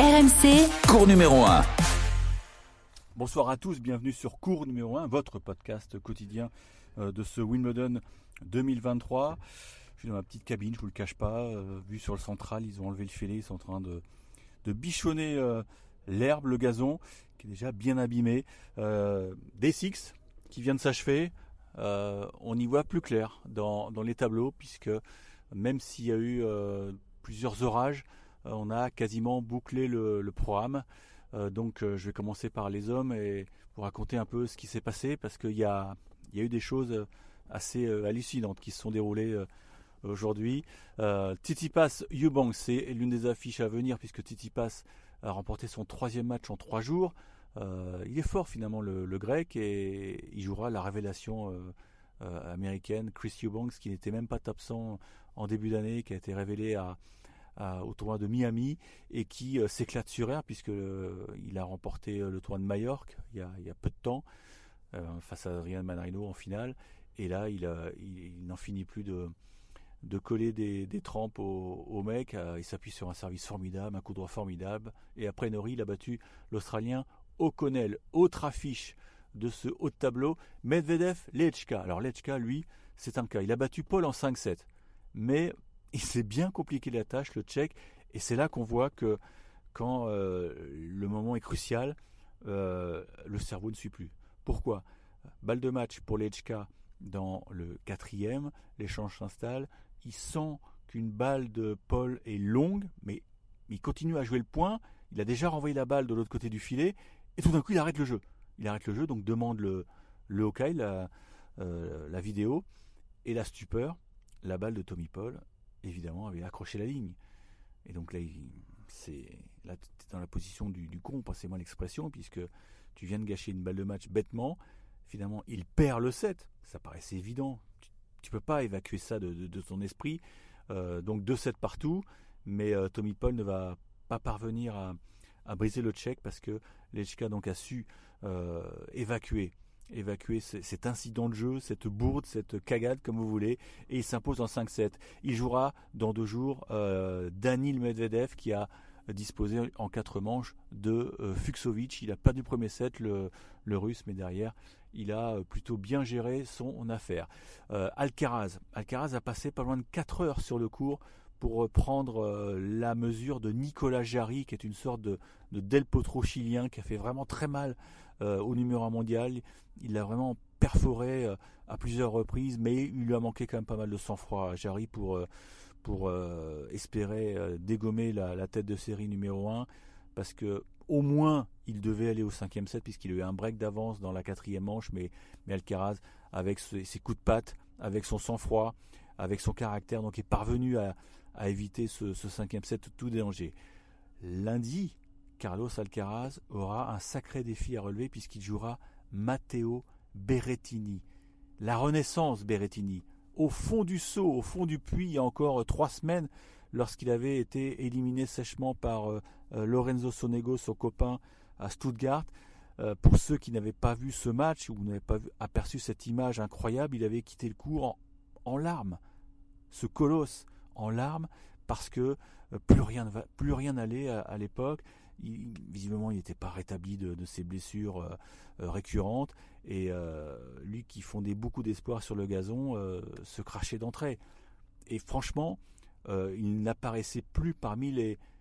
RMC, cours numéro 1. Bonsoir à tous, bienvenue sur cours numéro 1, votre podcast quotidien de ce Wimbledon 2023. Je suis dans ma petite cabine, je vous le cache pas, vu sur le central, ils ont enlevé le filet, ils sont en train de bichonner l'herbe, le gazon, qui est déjà bien abîmé. D6 qui vient de s'achever, on y voit plus clair dans les tableaux, puisque même s'il y a eu plusieurs orages, on a quasiment bouclé le programme. Donc je vais commencer par les hommes et vous raconter un peu ce qui s'est passé, parce qu'il y a eu des choses assez hallucinantes qui se sont déroulées aujourd'hui. Tsitsipas Eubanks, c'est l'une des affiches à venir, puisque Tsitsipas a remporté son 3e match en 3 jours. Il est fort finalement le grec, et il jouera la révélation américaine Chris Eubanks, qui n'était même pas top 100 en début d'année, qui a été révélé au tournoi de Miami et qui s'éclate sur air, puisque il a remporté le tournoi de Majorque il y a peu de temps face à Adrian Manarino en finale, et là il n'en finit plus de coller des trempes au mec. Il s'appuie sur un service formidable, un coup droit formidable, et après Norrie, il a battu l'Australien O'Connell. Autre affiche de ce haut de tableau, Medvedev Lehečka. Alors Lehečka, lui, c'est un cas, il a battu Paul en 5-7, mais il s'est bien compliqué la tâche, le Tchèque, et c'est là qu'on voit que quand le moment est crucial, le cerveau ne suit plus. Pourquoi ? Balle de match pour Lehečka dans le 4e, l'échange s'installe, il sent qu'une balle de Paul est longue, mais il continue à jouer le point, il a déjà renvoyé la balle de l'autre côté du filet, et tout d'un coup il arrête le jeu. Il arrête le jeu, donc demande le Hawkeye, la vidéo, et la stupeur, la balle de Tommy Paul évidemment avait accroché la ligne, et donc là tu es dans la position du con, passez-moi l'expression, puisque tu viens de gâcher une balle de match bêtement. Finalement il perd le set, ça paraissait évident, tu peux pas évacuer ça de ton esprit, donc 2-7 partout, mais Tommy Paul ne va pas parvenir à briser le Tchèque, parce que Lehečka donc a su évacuer cet incident de jeu, cette bourde, cette cagade, comme vous voulez, et il s'impose en 5-7. Il jouera dans 2 jours Daniil Medvedev, qui a disposé en 4 manches de Fucsovics. Il a perdu le premier set, le russe, mais derrière il a plutôt bien géré son affaire. Alcaraz a passé pas loin de 4 heures sur le court pour prendre la mesure de Nicolas Jarry, qui est une sorte de Del Potro chilien, qui a fait vraiment très mal au numéro 1 mondial. Il l'a vraiment perforé à plusieurs reprises, mais il lui a manqué quand même pas mal de sang-froid à Jarry pour espérer dégommer la tête de série numéro 1, parce que au moins il devait aller au 5e set, puisqu'il a eu un break d'avance dans la 4e manche, mais Alcaraz, avec ses coups de patte, avec son sang-froid, avec son caractère, donc est parvenu à éviter ce 5e set tout danger. Lundi, Carlos Alcaraz aura un sacré défi à relever, puisqu'il jouera Matteo Berrettini, la renaissance Berrettini, au fond du seau, au fond du puits, il y a encore 3 semaines, lorsqu'il avait été éliminé sèchement par Lorenzo Sonego, son copain, à Stuttgart. Pour ceux qui n'avaient pas vu ce match ou n'avaient pas aperçu cette image incroyable, il avait quitté le court en larmes, ce colosse en larmes, parce que plus rien n'allait à l'époque. Visiblement il n'était pas rétabli de ses blessures récurrentes, et lui qui fondait beaucoup d'espoir sur le gazon se crachait d'entrée, et franchement il n'apparaissait plus parmi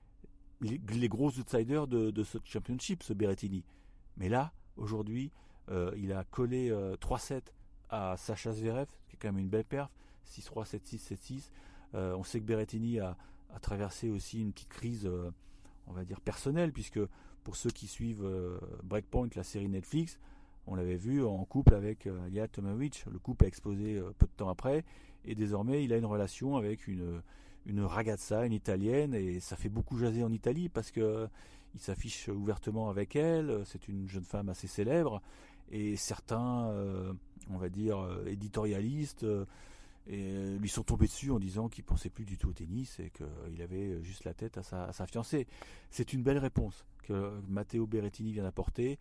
les gros outsiders de ce championship, ce Berrettini. Mais là aujourd'hui il a collé 3-7 à Sacha Zverev, qui est quand même une belle perf, 6-3, 7-6, 7-6. On sait que Berrettini a traversé aussi une petite crise on va dire personnelle, puisque pour ceux qui suivent Breakpoint, la série Netflix, on l'avait vu en couple avec Ilya Tomajic. Le couple a explosé peu de temps après, et désormais il a une relation avec une ragazza, une italienne, et ça fait beaucoup jaser en Italie, parce que il s'affiche ouvertement avec elle. C'est une jeune femme assez célèbre, et certains on va dire éditorialistes et lui sont tombés dessus en disant qu'il pensait plus du tout au tennis, et qu'il avait juste la tête à sa fiancée. C'est une belle réponse que Matteo Berrettini vient d'apporter,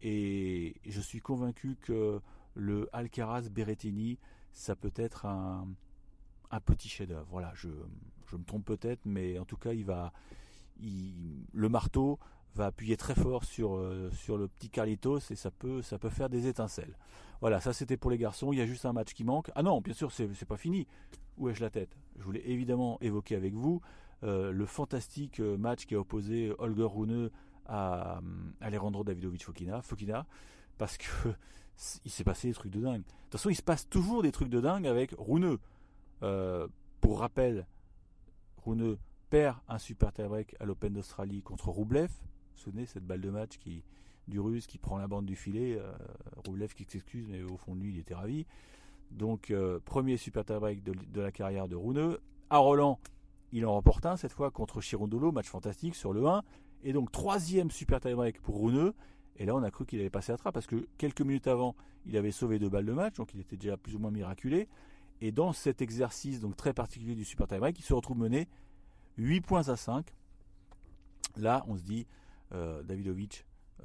et je suis convaincu que le Alcaraz Berrettini, ça peut être un petit chef-d'œuvre. Voilà, je me trompe peut-être, mais en tout cas il va le marteau va appuyer très fort sur le petit Carlitos et ça peut faire des étincelles. Voilà, ça c'était pour les garçons. Il y a juste un match qui manque. Ah non, bien sûr, c'est pas fini. Où ai-je la tête? Je voulais évidemment évoquer avec vous le fantastique match qui a opposé Holger Rune à Alejandro Davidovich Fokina, parce que il s'est passé des trucs de dingue. De toute façon, il se passe toujours des trucs de dingue avec Rune. Pour rappel, Rune perd un super tie-break à l'Open d'Australie contre Rublev. Vous vous souvenez, cette balle de match du Russe qui prend la bande du filet, Rublev qui s'excuse, mais au fond de lui, il était ravi. Donc, premier super tie-break de la carrière de Rune. À Roland, il en remporte un, cette fois, contre Chirondolo, match fantastique sur le 1. Et donc, troisième super tie-break pour Rune. Et là, on a cru qu'il allait passer à trappe, parce que quelques minutes avant, il avait sauvé 2 balles de match, donc il était déjà plus ou moins miraculé. Et dans cet exercice donc très particulier du super tie-break, il se retrouve mené 8 points à 5. Là, on se dit, Davidovich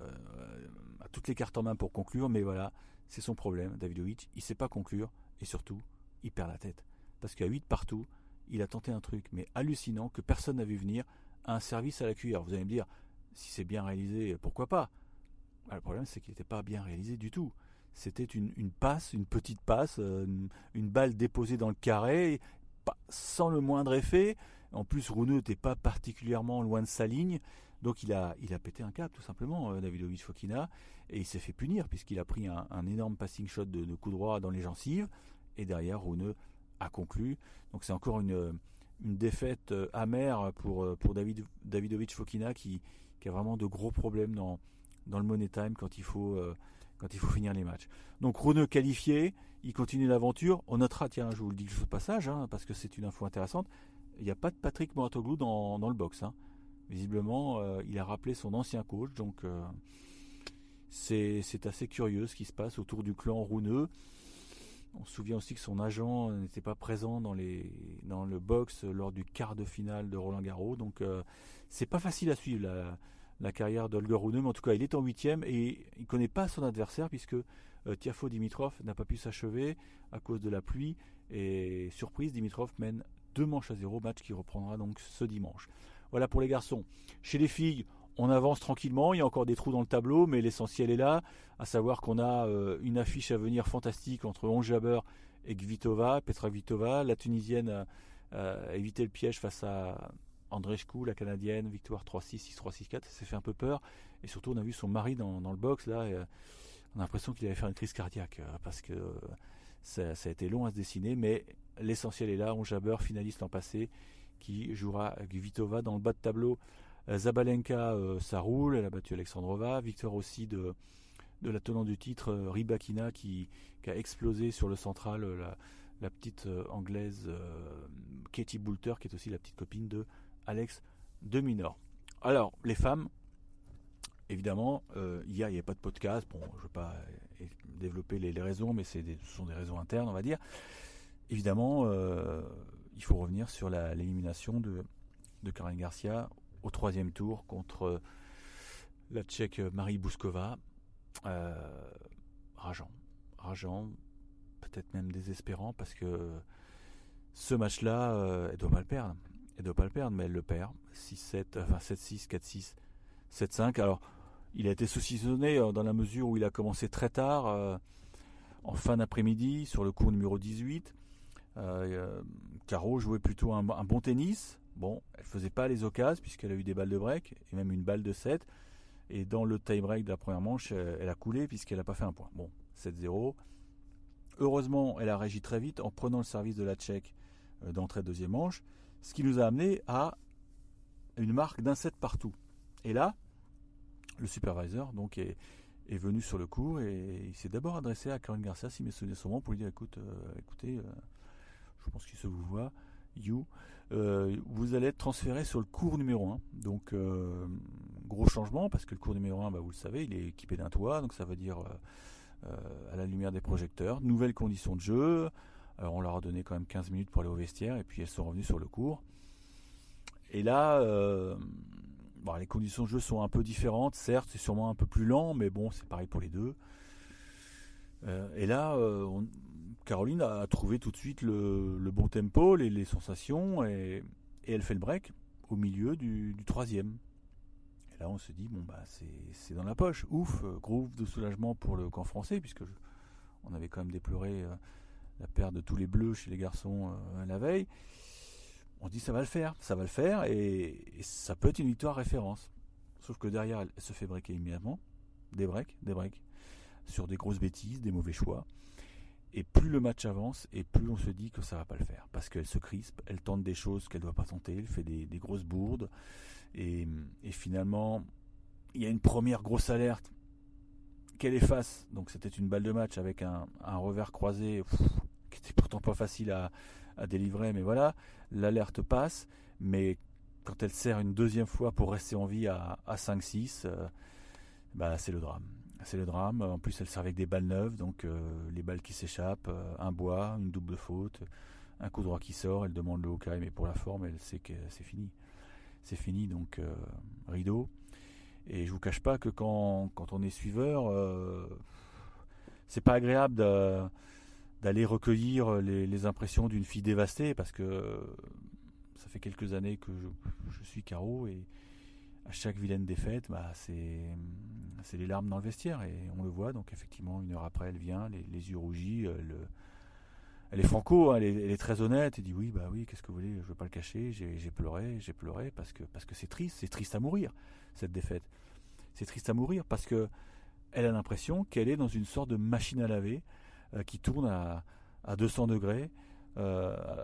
a toutes les cartes en main pour conclure, mais voilà, c'est son problème. Davidovich, il ne sait pas conclure, et surtout, il perd la tête. Parce qu'à 8 partout, il a tenté un truc, mais hallucinant, que personne n'a vu venir, un service à la cuillère. Vous allez me dire, si c'est bien réalisé, pourquoi pas? Le problème, c'est qu'il n'était pas bien réalisé du tout. C'était une passe, une petite passe, une balle déposée dans le carré, sans le moindre effet. En plus, Rune n'était pas particulièrement loin de sa ligne. Donc il a pété un câble tout simplement, Davidovich Fokina, et il s'est fait punir puisqu'il a pris un énorme passing shot de coup droit dans les gencives, et derrière Rune a conclu. Donc c'est encore une défaite amère pour Davidovich Fokina qui a vraiment de gros problèmes dans le money time quand il faut finir les matchs. Donc Rune qualifié, il continue l'aventure. On notera, tiens, je vous le dis juste au passage, parce que c'est une info intéressante, il n'y a pas de Patrick Mouratoglou dans le box. Visiblement, il a rappelé son ancien coach, donc c'est assez curieux ce qui se passe autour du clan Rune. On se souvient aussi que son agent n'était pas présent dans le box lors du quart de finale de Roland Garros, donc c'est pas facile à suivre la carrière d'Holger Rune, mais en tout cas il est en 8e et il ne connaît pas son adversaire puisque Tiafoe Dimitrov n'a pas pu s'achever à cause de la pluie, et surprise, Dimitrov mène 2-0, match qui reprendra donc ce dimanche. Voilà pour les garçons. Chez les filles, on avance tranquillement, il y a encore des trous dans le tableau, mais l'essentiel est là, à savoir qu'on a une affiche à venir fantastique entre Ons Jabeur et Petra Kvitova. La Tunisienne a évité le piège face à Andreescu, la Canadienne, victoire 3-6, 6-3, 6-4, ça s'est fait un peu peur. Et surtout, on a vu son mari dans le box, là, on a l'impression qu'il allait faire une crise cardiaque, parce que ça a été long à se dessiner, mais l'essentiel est là. Ons Jabeur, finaliste l'an passé, qui jouera Kvitova. Dans le bas de tableau, Zabalenka, ça roule, elle a battu Alexandrova. Victoire aussi de la tenante du titre, Rybakina, qui a explosé sur le central, la petite anglaise Katie Boulter, qui est aussi la petite copine de Alex de Minaur. Alors, les femmes, évidemment, hier il n'y avait pas de podcast. Bon, je ne vais pas développer les raisons, mais ce sont des raisons internes, on va dire. Évidemment, il faut revenir sur l'élimination de Caroline Garcia au 3e tour contre la Tchèque Marie Bouskova. Rageant, peut-être même désespérant, parce que ce match-là, elle doit pas le perdre. Mais elle le perd. 6-7, enfin 7-6, 4-6, 7-5. Alors, il a été saucissonné dans la mesure où il a commencé très tard, en fin d'après-midi, sur le court numéro 18. Caro jouait plutôt un bon tennis. Bon, elle faisait pas les occasions puisqu'elle a eu des balles de break et même une balle de 7. Et dans le tie-break de la première manche, elle a coulé puisqu'elle n'a pas fait un point. Bon, 7-0. Heureusement, elle a réagi très vite en prenant le service de la Tchèque d'entrée de deuxième manche, ce qui nous a amené à une marque d'un 7 partout. Et là, le supervisor donc est venu sur le court et il s'est d'abord adressé à Caroline Garcia, si mes souvenirs sont bons, pour lui dire écoutez, je pense qu'il se vous voit, vous allez être transféré sur le court numéro 1. Donc, gros changement, parce que le court numéro 1, vous le savez, il est équipé d'un toit, donc ça veut dire à la lumière des projecteurs. Nouvelles conditions de jeu. Alors, on leur a donné quand même 15 minutes pour aller au vestiaire, et puis elles sont revenues sur le court. Et là, les conditions de jeu sont un peu différentes. Certes, c'est sûrement un peu plus lent, mais bon, c'est pareil pour les deux. Et là, Caroline a trouvé tout de suite le bon tempo, les sensations, et elle fait le break au milieu du troisième. Et là, on se dit, c'est dans la poche. Ouf, groove de soulagement pour le camp français, puisque on avait quand même déploré la perte de tous les bleus chez les garçons la veille. On se dit, ça va le faire, et ça peut être une victoire référence. Sauf que derrière, elle se fait breaker immédiatement. Des breaks, sur des grosses bêtises, des mauvais choix. Et plus le match avance, et plus on se dit que ça va pas le faire. Parce qu'elle se crispe, elle tente des choses qu'elle ne doit pas tenter, elle fait des grosses bourdes. Et finalement, il y a une première grosse alerte qu'elle efface. Donc c'était une balle de match avec un revers croisé qui était pourtant pas facile à délivrer. Mais voilà, l'alerte passe. Mais quand elle sert une deuxième fois pour rester en vie à 5-6, c'est le drame. C'est le drame. En plus, elle sert avec des balles neuves, donc les balles qui s'échappent, un bois, une double faute, un coup droit qui sort. Elle demande le Hawkeye, mais pour la forme, elle sait que c'est fini. C'est fini, donc rideau. Et je vous cache pas que quand on est suiveur, c'est pas agréable d'aller recueillir les impressions d'une fille dévastée, parce que ça fait quelques années que je suis carreau, et à chaque vilaine défaite, c'est les larmes dans le vestiaire, et on le voit. Donc effectivement, une heure après, elle vient, les yeux rougis, elle est franco, elle est très honnête, elle dit oui, qu'est-ce que vous voulez, je veux pas le cacher, j'ai pleuré parce que c'est triste à mourir, cette défaite. C'est triste à mourir parce que elle a l'impression qu'elle est dans une sorte de machine à laver qui tourne à 200 degrés. Pourquoi ?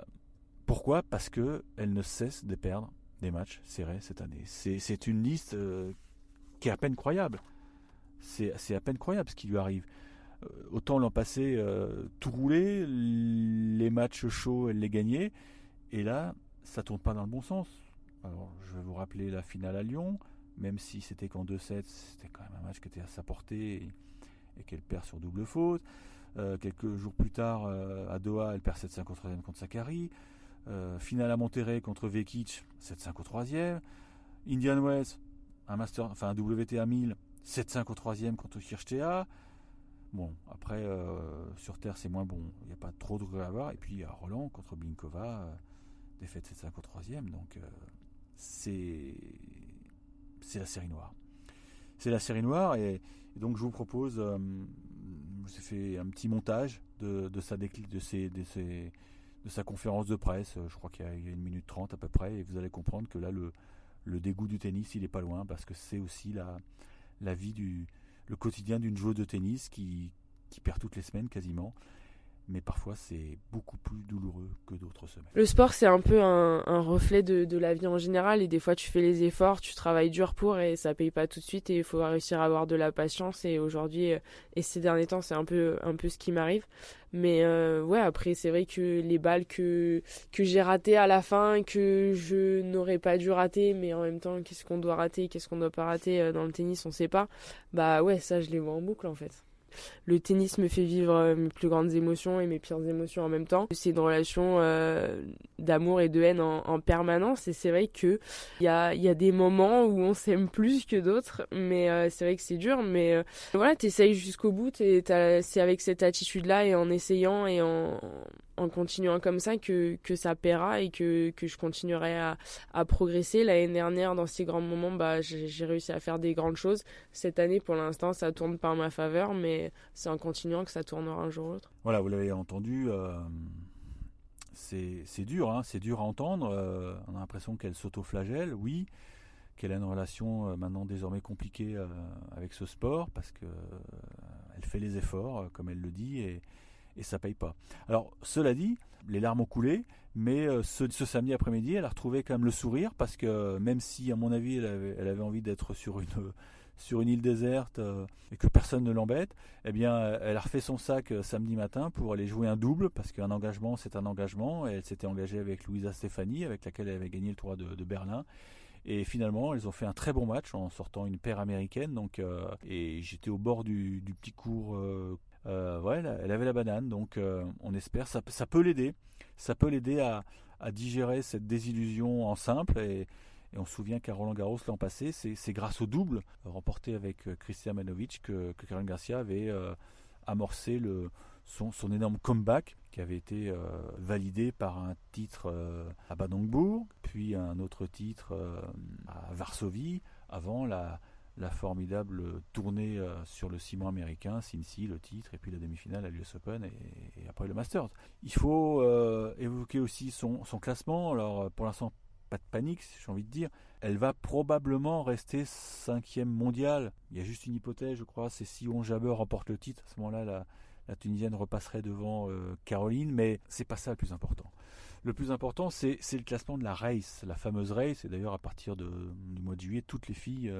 Parce que elle ne cesse de perdre des matchs serrés cette année. C'est une liste qui est à peine croyable. C'est à peine croyable ce qui lui arrive. Autant l'an passé, tout roulait, les matchs chauds, elle les gagnait, et là, ça tourne pas dans le bon sens. Alors, je vais vous rappeler la finale à Lyon, même si c'était qu'en 2-7, c'était quand même un match qui était à sa portée, et qu'elle perd sur double faute. Quelques jours plus tard, à Doha, elle perd 7-5 au 3e contre Sakkari. Finale à Monterrey contre Vekic, 7-5 au 3e. Indian Wells, un WTA 1000, 7-5 au 3e contre Kirchtea. Bon, après, sur terre, c'est moins bon. Il n'y a pas trop de regret à avoir. Et puis, à Roland, contre Blinkova, défaite 7-5 au 3e. Donc, c'est la série noire. C'est la série noire. Et donc, je vous propose, je vous ai fait un petit montage de sa conférence de presse. Je crois qu'il y a 1 minute 30 à peu près. Et vous allez comprendre que là, le dégoût du tennis, il n'est pas loin. Parce que c'est aussi la vie le quotidien d'une joueuse de tennis qui perd toutes les semaines quasiment, mais parfois c'est beaucoup plus douloureux que d'autres semaines. Le sport, c'est un peu un reflet de la vie en général, et des fois tu fais les efforts, tu travailles dur pour, et ça paye pas tout de suite, et il faut réussir à avoir de la patience. Et aujourd'hui, et ces derniers temps, c'est un peu ce qui m'arrive. Mais après, c'est vrai que les balles que j'ai ratées à la fin, que je n'aurais pas dû rater, mais en même temps, qu'est-ce qu'on doit rater, qu'est-ce qu'on doit pas rater dans le tennis, on sait pas. Ça, je les vois en boucle en fait. Le tennis me fait vivre mes plus grandes émotions et mes pires émotions en même temps. C'est une relation d'amour et de haine en permanence, et c'est vrai que il y a des moments où on s'aime plus que d'autres, mais c'est vrai que c'est dur, mais voilà, t'essayes jusqu'au bout, c'est avec cette attitude-là, et en essayant et en continuant comme ça que ça paiera, et que je continuerai à progresser. L'année dernière, dans ces grands moments, j'ai réussi à faire des grandes choses. Cette année, pour l'instant, ça tourne pas en ma faveur, mais c'est en continuant que ça tournera un jour ou l'autre. Voilà, vous l'avez entendu, c'est dur, c'est dur à entendre. On a l'impression qu'elle s'auto-flagelle, oui, qu'elle a une relation maintenant désormais compliquée avec ce sport, parce que elle fait les efforts, comme elle le dit, et ça paye pas. Alors, cela dit, les larmes ont coulé, mais ce samedi après-midi, elle a retrouvé quand même le sourire, parce que même si, à mon avis, elle avait envie d'être sur une île déserte et que personne ne l'embête, eh bien, elle a refait son sac samedi matin pour aller jouer un double, parce qu'un engagement, c'est un engagement. Et elle s'était engagée avec Louisa Stefani, avec laquelle elle avait gagné le tournoi de Berlin. Et finalement, ils ont fait un très bon match en sortant une paire américaine. Donc, et j'étais au bord du petit court. Elle avait la banane. Donc, on espère, ça peut l'aider. Ça peut l'aider à digérer cette désillusion en simple. Et on se souvient qu'à Roland-Garros l'an passé, c'est grâce au double remporté avec Christian Manovic que Caroline Garcia avait amorcé son énorme comeback qui avait été validé par un titre à Badongbourg, puis un autre titre à Varsovie, avant la formidable tournée sur le ciment américain, Cincy, le titre, et puis la demi-finale à l'US Open, et après le Masters. Il faut évoquer aussi son classement. Alors pour l'instant, pas de panique, j'ai envie de dire. Elle va probablement rester 5e mondiale. Il y a juste une hypothèse, je crois, c'est si Ons Jabeur remporte le titre. À ce moment-là, la Tunisienne repasserait devant Caroline, mais c'est pas ça le plus important. Le plus important, c'est le classement de la race, la fameuse race. Et d'ailleurs, à partir du mois de juillet, toutes les filles,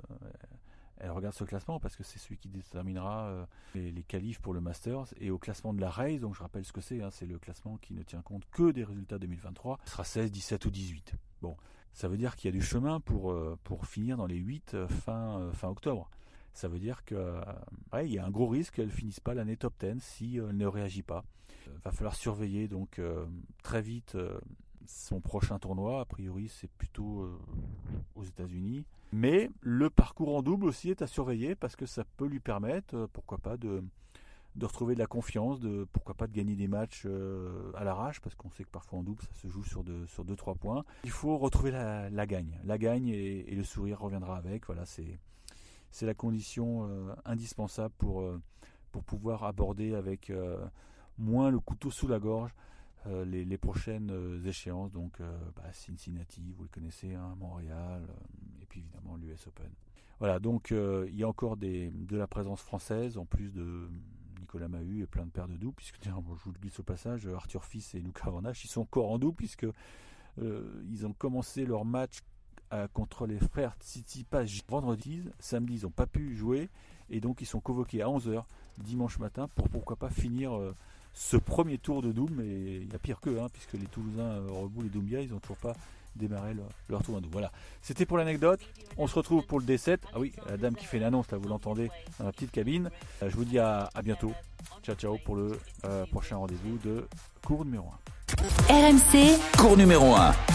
elles regardent ce classement parce que c'est celui qui déterminera les qualifs pour le Masters. Et au classement de la race, donc je rappelle ce que c'est, c'est le classement qui ne tient compte que des résultats 2023, ce sera 16, 17 ou 18. Bon, ça veut dire qu'il y a du chemin pour finir dans les 8 fin octobre. Ça veut dire qu'il y a un gros risque qu'elle ne finisse pas l'année top 10 si elle ne réagit pas. Va falloir surveiller donc très vite son prochain tournoi. A priori, c'est plutôt aux États-Unis. Mais le parcours en double aussi est à surveiller parce que ça peut lui permettre, pourquoi pas, de retrouver de la confiance, pourquoi pas de gagner des matchs à l'arrache, parce qu'on sait que parfois en double ça se joue sur 2-3 points. Il faut retrouver la gagne. La gagne et le sourire reviendra avec. Voilà, c'est la condition indispensable pour pouvoir aborder avec moins le couteau sous la gorge les prochaines échéances. Donc Cincinnati, vous le connaissez, Montréal, et puis évidemment l'US Open. Voilà, donc il y a encore de la présence française, en plus de Nicolas Mahut et plein de paires de doubles, puisque je vous le glisse au passage, Arthur Fils et Luca Hornache, ils sont encore en double, puisque ils ont commencé leur match contre les frères Tsitsipas vendredi. Samedi, ils n'ont pas pu jouer, et donc ils sont convoqués à 11h dimanche matin pour pourquoi pas finir ce premier tour de double. Mais il y a pire qu'eux, puisque les Toulousains Reboul et Doumbia, ils n'ont toujours pas démarré leur tour en double. Voilà, c'était pour l'anecdote. On se retrouve pour le D7. Ah oui, la dame qui fait l'annonce, là vous l'entendez dans la petite cabine. Je vous dis à bientôt. Ciao pour le prochain rendez-vous de cours numéro 1. RMC, cours numéro 1.